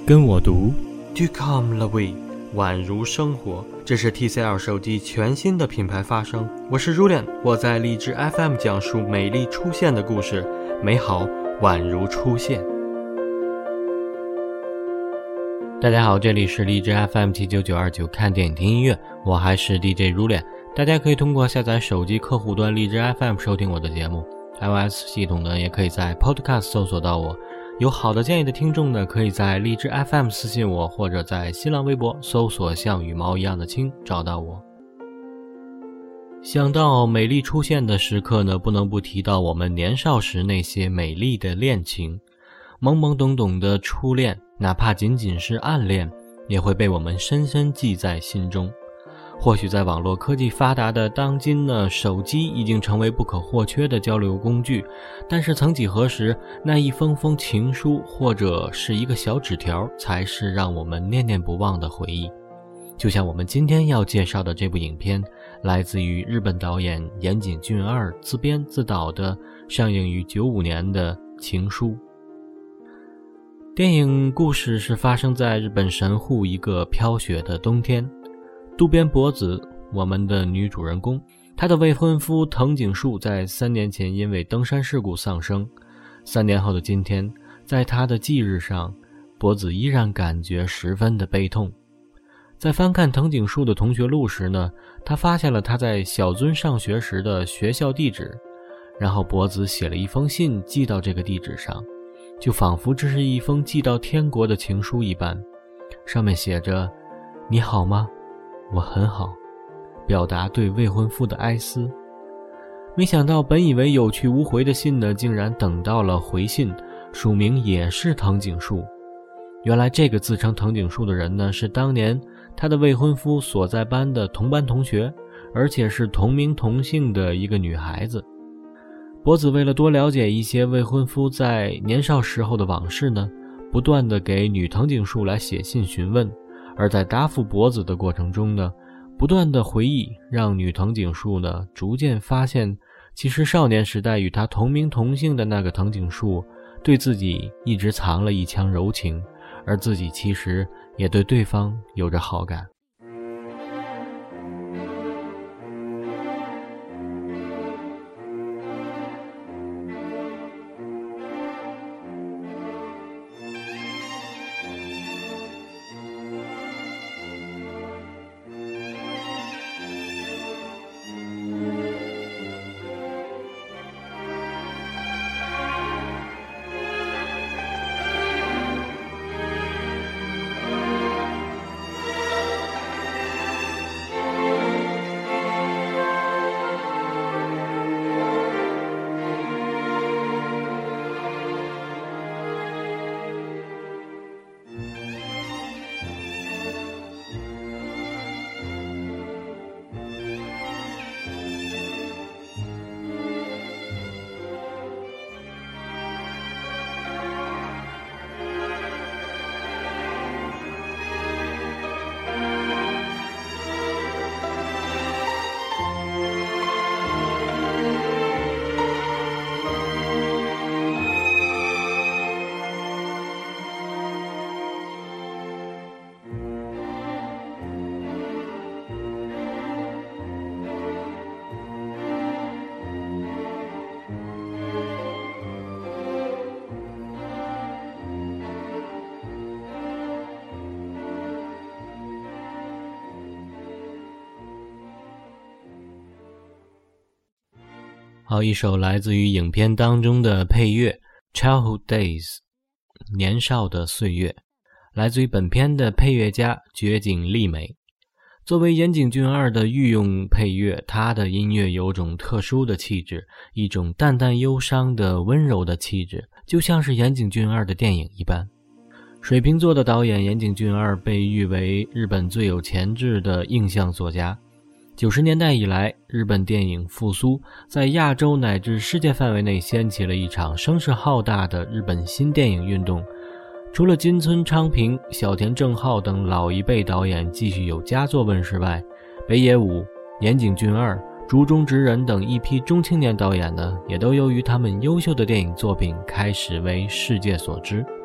跟我读 To come the way， 宛如生活。这是 TCL 手机全新的品牌发声。我是 Julian， 我在荔枝 FM 讲述美丽出现的故事，美好宛如出现。 大家好，这里是荔枝 FM 79929看电影听音乐，我还是 DJ Julian。大家可以通过下载手机客户端荔枝 FM 收听我的节目， iOS 系统呢也可以在 Podcast 搜索到我。有好的建议的听众呢，可以在荔枝 FM 私信我，或者在新浪微博搜索像羽毛一样的青找到我。想到美丽出现的时刻呢，不能不提到我们年少时那些美丽的恋情。懵懵懂懂的初恋，哪怕仅仅是暗恋，也会被我们深深记在心中。或许在网络科技发达的当今呢，手机已经成为不可或缺的交流工具，但是曾几何时，那一封封情书或者是一个小纸条，才是让我们念念不忘的回忆。就像我们今天要介绍的这部影片，来自于日本导演岩井俊二自编自导的，上映于95年的《情书》。电影故事是发生在日本神户一个飘雪的冬天。渡边博子，我们的女主人公，她的未婚夫藤井树在3年前因为登山事故丧生。3年后的今天，在她的忌日上，博子依然感觉十分的悲痛。在翻看藤井树的同学录时呢，她发现了他在小樽上学时的学校地址，然后博子写了一封信寄到这个地址上，就仿佛这是一封寄到天国的情书一般。上面写着：你好吗？我很好，表达对未婚夫的哀思。没想到本以为有去无回的信呢，竟然等到了回信，署名也是藤井树。原来这个自称藤井树的人呢，是当年他的未婚夫所在班的同班同学，而且是同名同姓的一个女孩子。博子为了多了解一些未婚夫在年少时候的往事呢，不断地给女藤井树来写信询问，而在答复博子的过程中呢，不断的回忆让女藤井树呢逐渐发现，其实少年时代与他同名同姓的那个藤井树对自己一直藏了一腔柔情，而自己其实也对对方有着好感。好，一首来自于影片当中的配乐 Childhood Days 年少的岁月，来自于本片的配乐家绝井丽美。作为岩井俊二的御用配乐，他的音乐有种特殊的气质，一种淡淡忧伤的温柔的气质，就像是岩井俊二的电影一般。水瓶座的导演岩井俊二被誉为日本最有潜质的映像作家。90年代以来，日本电影复苏在亚洲乃至世界范围内掀起了一场声势浩大的日本新电影运动。除了金村昌平、小田正浩等老一辈导演继续有佳作问世外，北野武、岩井俊二、竹中直人等一批中青年导演呢，也都由于他们优秀的电影作品开始为世界所知。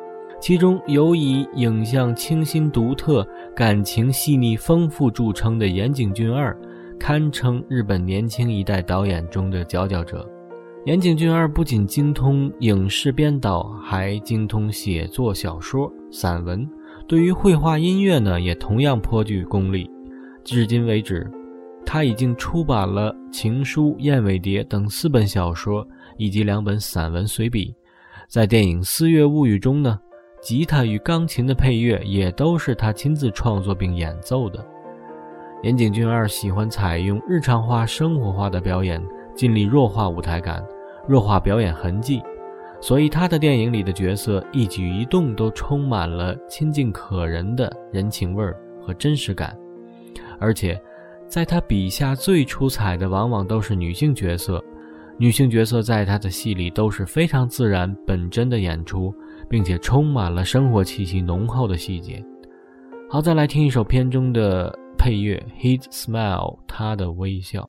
其中有以影像清新独特、感情细腻丰富著称的岩井俊二，堪称日本年轻一代导演中的佼佼者。岩井俊二不仅精通影视编导，还精通写作小说、散文，对于绘画音乐呢，也同样颇具功力。至今为止，他已经出版了《情书》《燕尾蝶》等4本小说，以及2本散文随笔。在电影《四月物语》中呢，吉他与钢琴的配乐也都是他亲自创作并演奏的。岩井俊二喜欢采用日常化、生活化的表演，尽力弱化舞台感，弱化表演痕迹，所以他的电影里的角色一举一动都充满了亲近可人的人情味和真实感。而且在他笔下最出彩的往往都是女性角色，女性角色在他的戏里都是非常自然本真的演出，并且充满了生活气息浓厚的细节。好，再来听一首片中的配乐 His Smile， 他的微笑。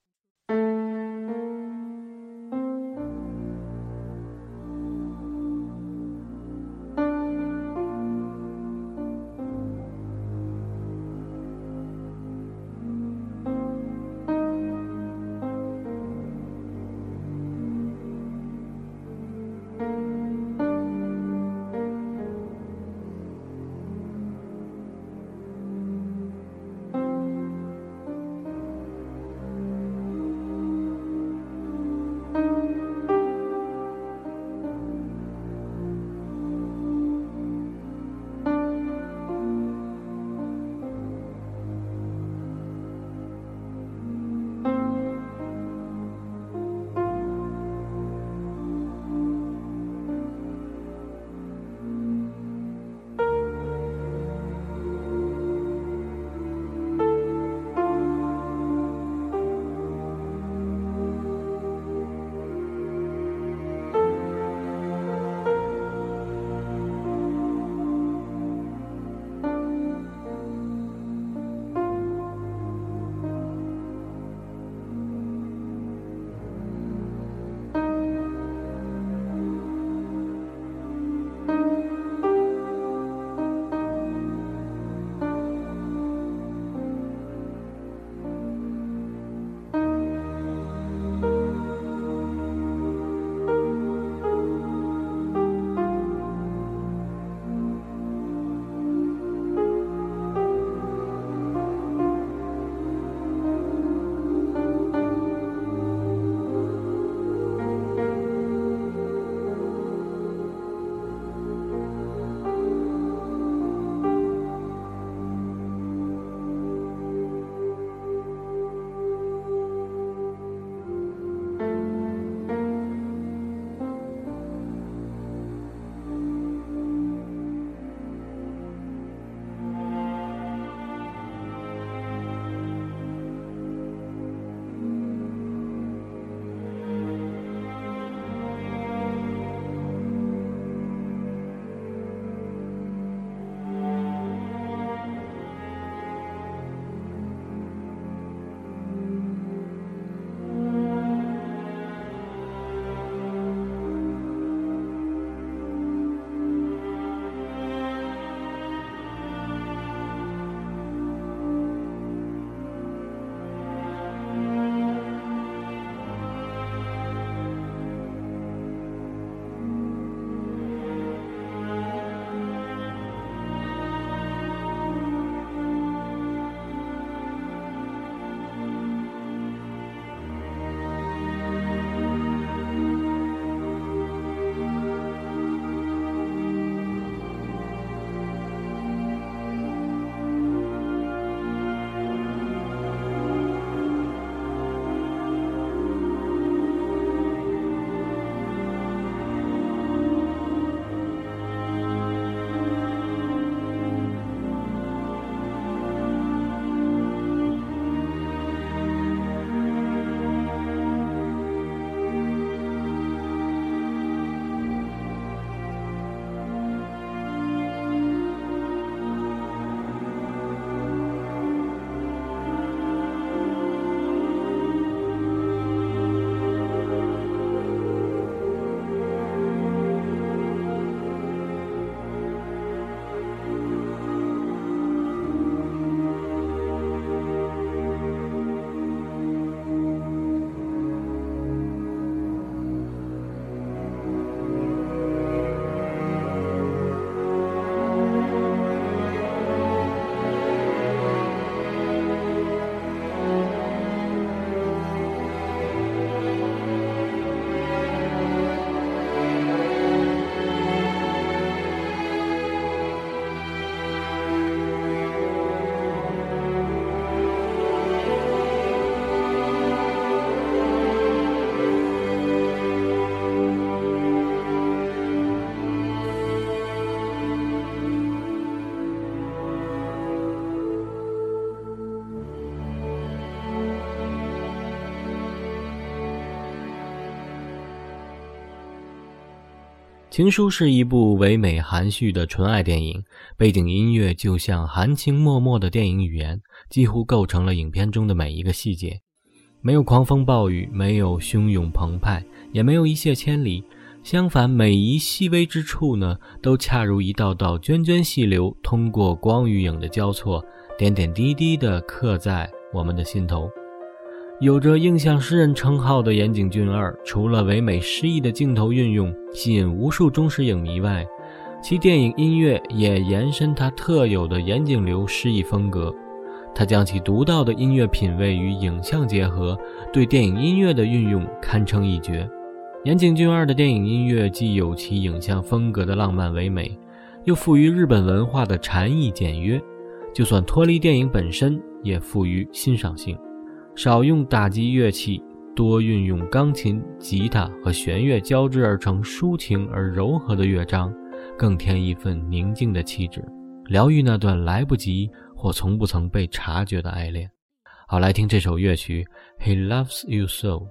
情书是一部唯美含蓄的纯爱电影，背景音乐就像含情脉脉的电影语言，几乎构成了影片中的每一个细节。没有狂风暴雨，没有汹涌澎湃，也没有一泻千里，相反，每一细微之处呢，都恰如一道道涓涓细流，通过光与影的交错，点点滴滴地刻在我们的心头。有着映像诗人称号的岩井俊二，除了唯美诗意的镜头运用吸引无数忠实影迷外，其电影音乐也延伸他特有的岩井流诗意风格。他将其独到的音乐品味与影像结合，对电影音乐的运用堪称一绝。岩井俊二的电影音乐既有其影像风格的浪漫唯美，又富于日本文化的禅意简约，就算脱离电影本身，也富于欣赏性。少用打击乐器，多运用钢琴、吉他和弦乐交织而成抒情而柔和的乐章，更添一份宁静的气质，疗愈那段来不及或从不曾被察觉的爱恋。好，来听这首乐曲 He Loves You So。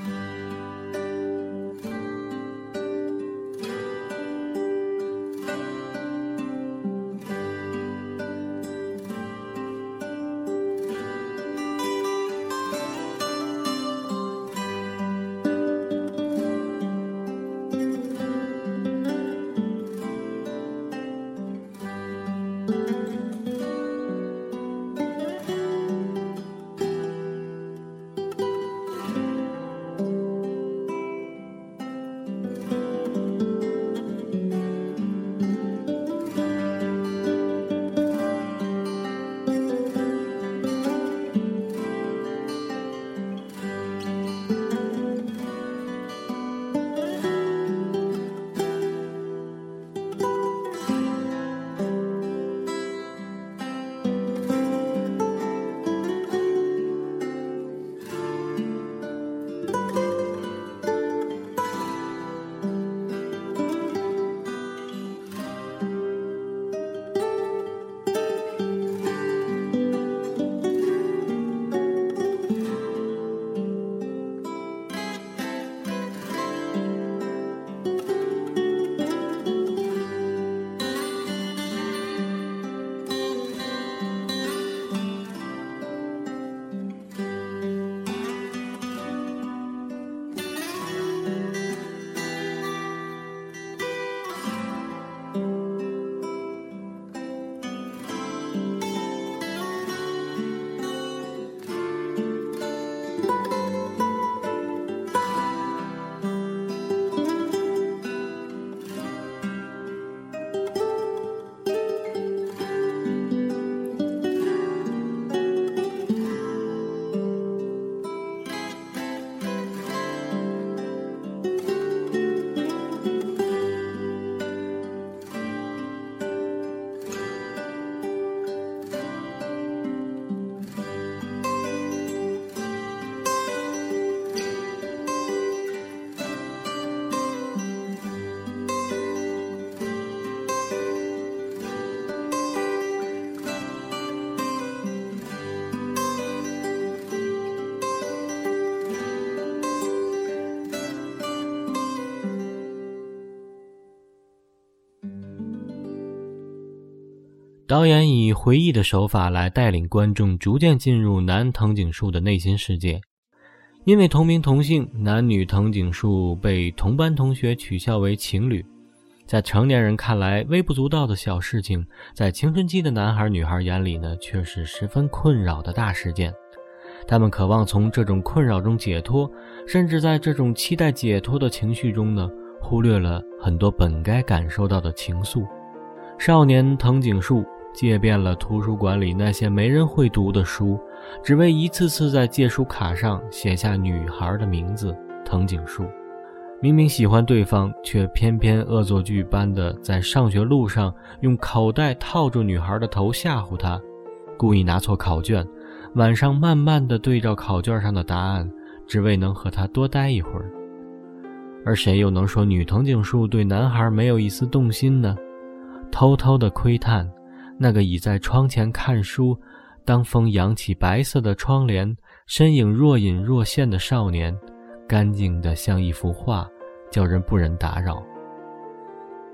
导演以回忆的手法来带领观众逐渐进入男藤井树的内心世界。因为同名同姓，男女藤井树被同班同学取笑为情侣。在成年人看来微不足道的小事情，在青春期的男孩女孩眼里呢，却是十分困扰的大事件。他们渴望从这种困扰中解脱，甚至在这种期待解脱的情绪中呢，忽略了很多本该感受到的情愫。少年藤井树借遍了图书馆里那些没人会读的书，只为一次次在借书卡上写下女孩的名字藤井树。明明喜欢对方，却偏偏恶作剧般的在上学路上用口袋套住女孩的头吓唬她，故意拿错考卷，晚上慢慢地对照考卷上的答案，只为能和她多待一会儿。而谁又能说女藤井树对男孩没有一丝动心呢？偷偷地窥探那个倚在窗前看书，当风扬起白色的窗帘，身影若隐若现的少年，干净的像一幅画，叫人不忍打扰。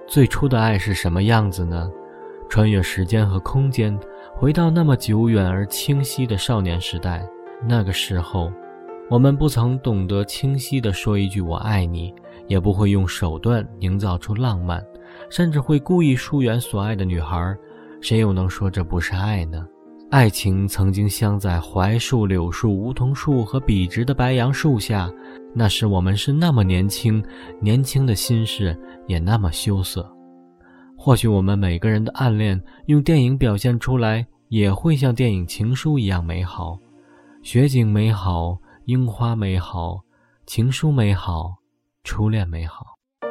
最初的爱是什么样子呢？穿越时间和空间，回到那么久远而清晰的少年时代。那个时候，我们不曾懂得清晰地说一句我爱你，也不会用手段营造出浪漫，甚至会故意疏远所爱的女孩。谁又能说这不是爱呢？爱情曾经镶在槐树、柳树、梧桐树和笔直的白杨树下，那时我们是那么年轻，年轻的心事也那么羞涩。或许我们每个人的暗恋用电影表现出来，也会像电影情书一样美好。雪景美好，樱花美好，情书美好，初恋美好。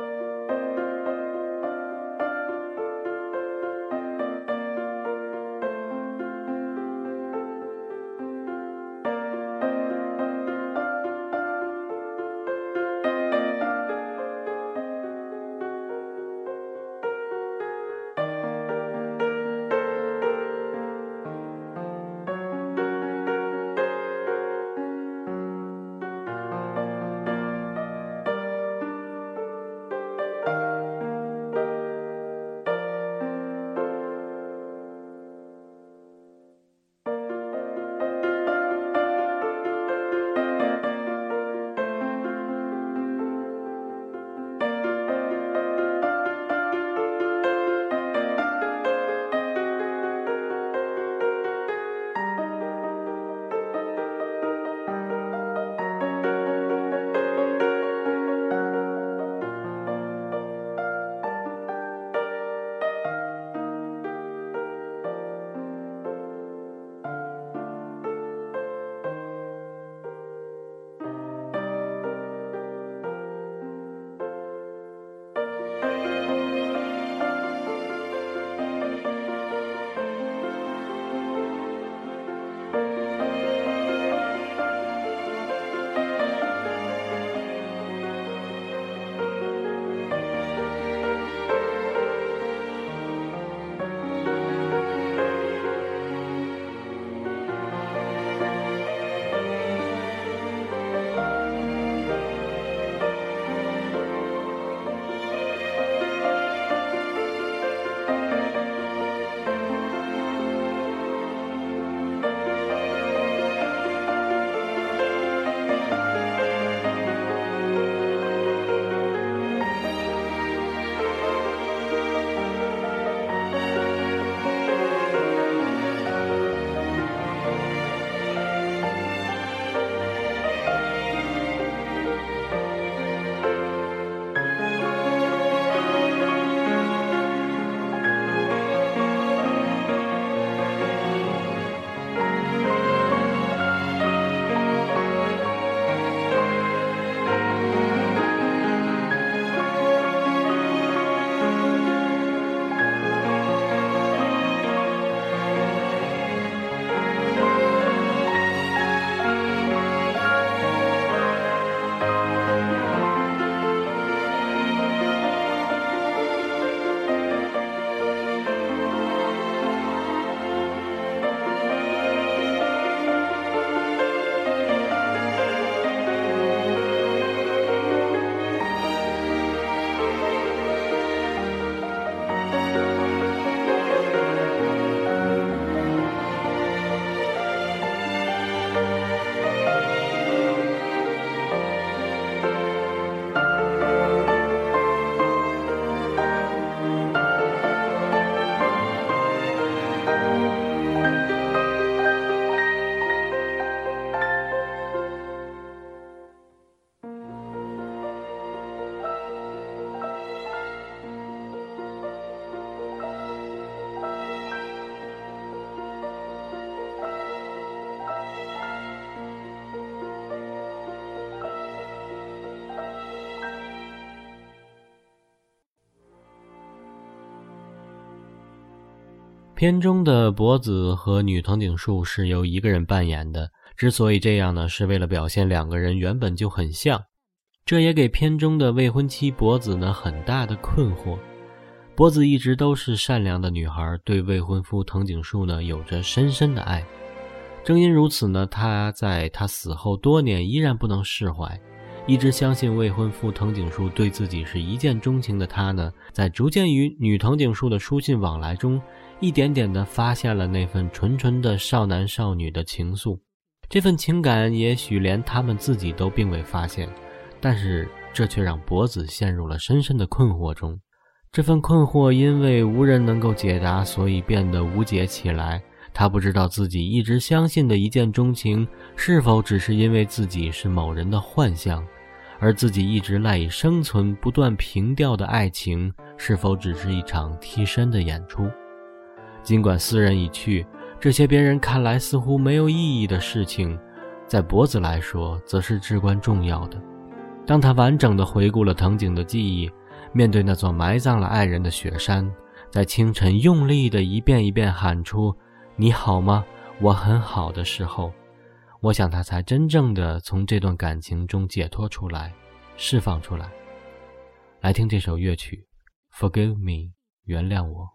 片中的博子和女藤井树是由一个人扮演的，之所以这样呢，是为了表现两个人原本就很像，这也给片中的未婚妻博子呢很大的困惑。博子一直都是善良的女孩，对未婚夫藤井树呢有着深深的爱，正因如此呢，她在他死后多年依然不能释怀， 一直相信未婚夫藤井树对自己是一见钟情的他呢，在逐渐与女藤井树的书信往来中，一点点地发现了那份纯纯的少男少女的情愫。这份情感也许连他们自己都并未发现，但是这却让博子陷入了深深的困惑中。这份困惑因为无人能够解答，所以变得无解起来。他不知道自己一直相信的一见钟情，是否只是因为自己是某人的幻象，而自己一直赖以生存不断平调的爱情，是否只是一场替身的演出。尽管斯人已去，这些别人看来似乎没有意义的事情，在博子来说则是至关重要的。当他完整地回顾了藤井的记忆，面对那座埋葬了爱人的雪山，在清晨用力地一遍一遍喊出你好吗？我很好的时候，我想他才真正的从这段感情中解脱出来，释放出来。来听这首乐曲 Forgive Me， 原谅我。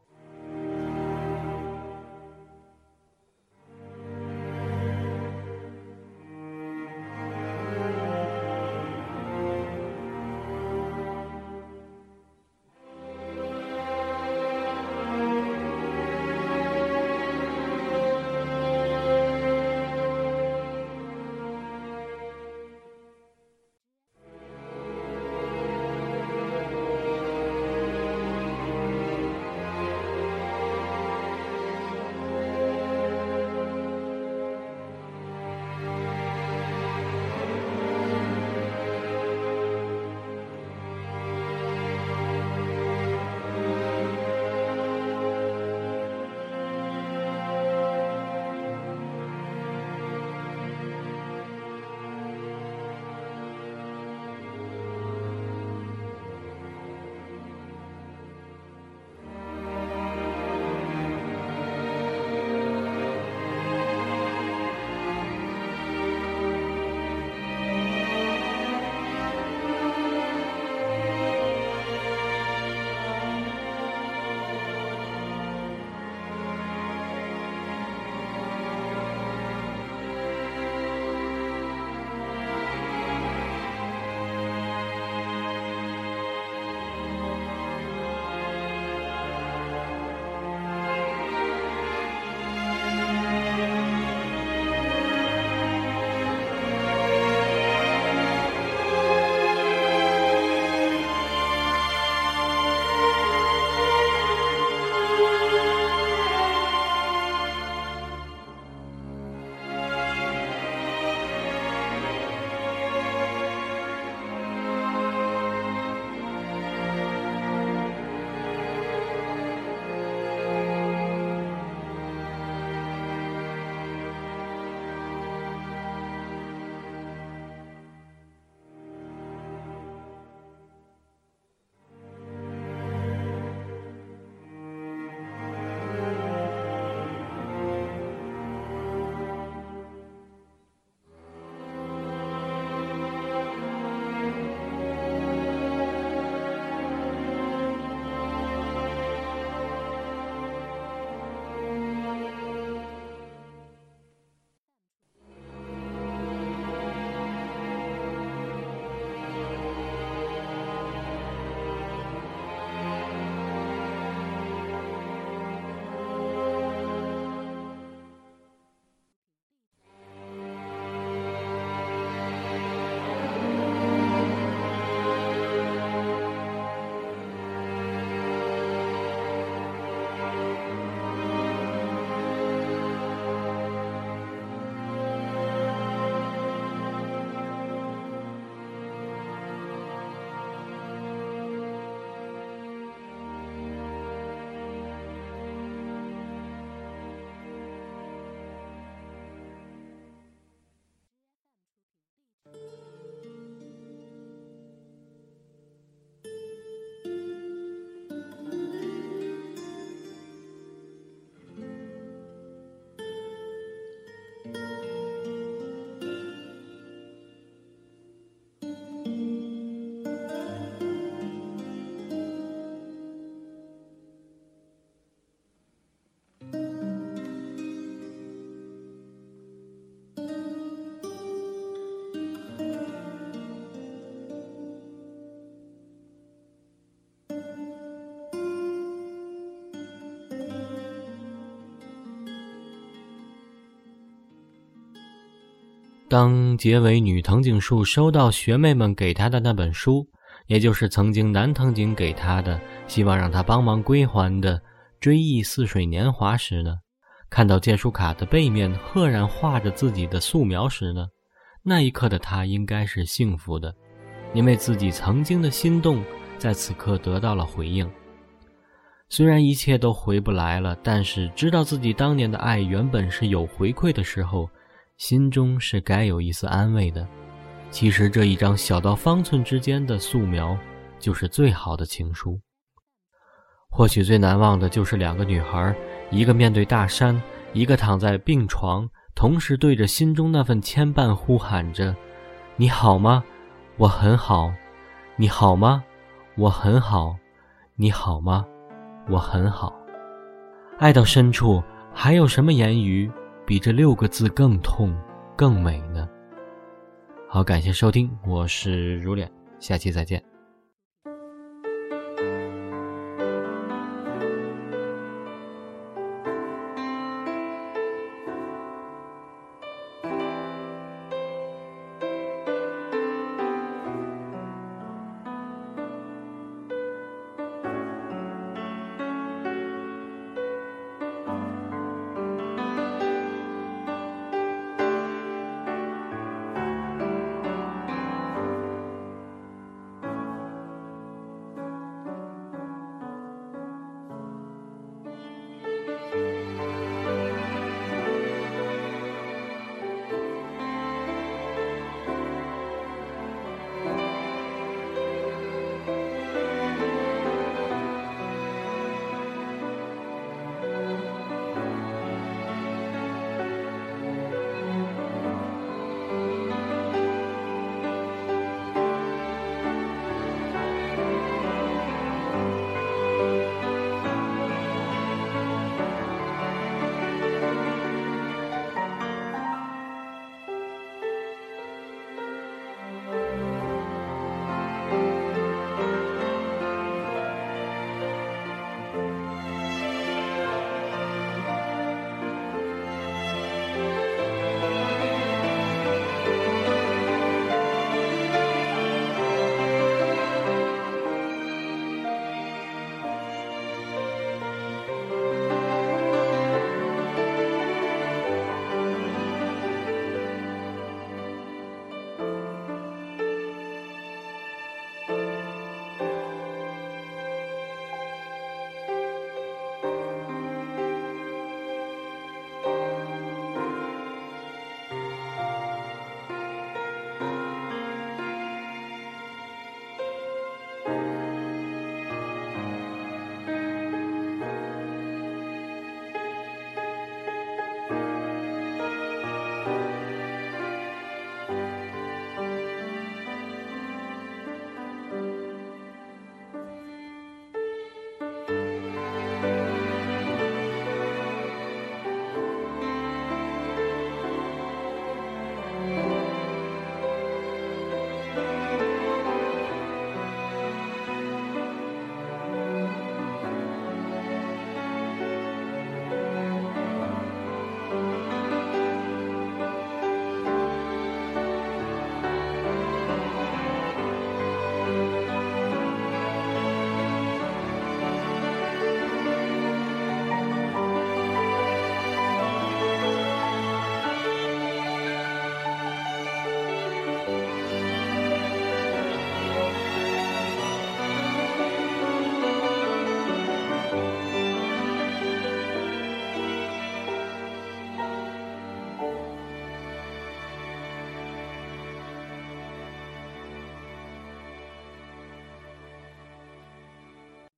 当结尾女藤井树收到学妹们给她的那本书，也就是曾经南藤井给她的，希望让她帮忙归还的《追忆似水年华》时呢，看到借书卡的背面赫然画着自己的素描时呢，那一刻的她应该是幸福的，因为自己曾经的心动在此刻得到了回应。虽然一切都回不来了，但是知道自己当年的爱原本是有回馈的时候，心中是该有一丝安慰的。其实这一张小到方寸之间的素描就是最好的情书。或许最难忘的就是两个女孩，一个面对大山，一个躺在病床，同时对着心中那份牵绊呼喊着：你好吗？我很好。你好吗？我很好。你好吗？我很好。爱到深处，还有什么言语比这6个字更痛更美呢？好，感谢收听，我是如脸，下期再见。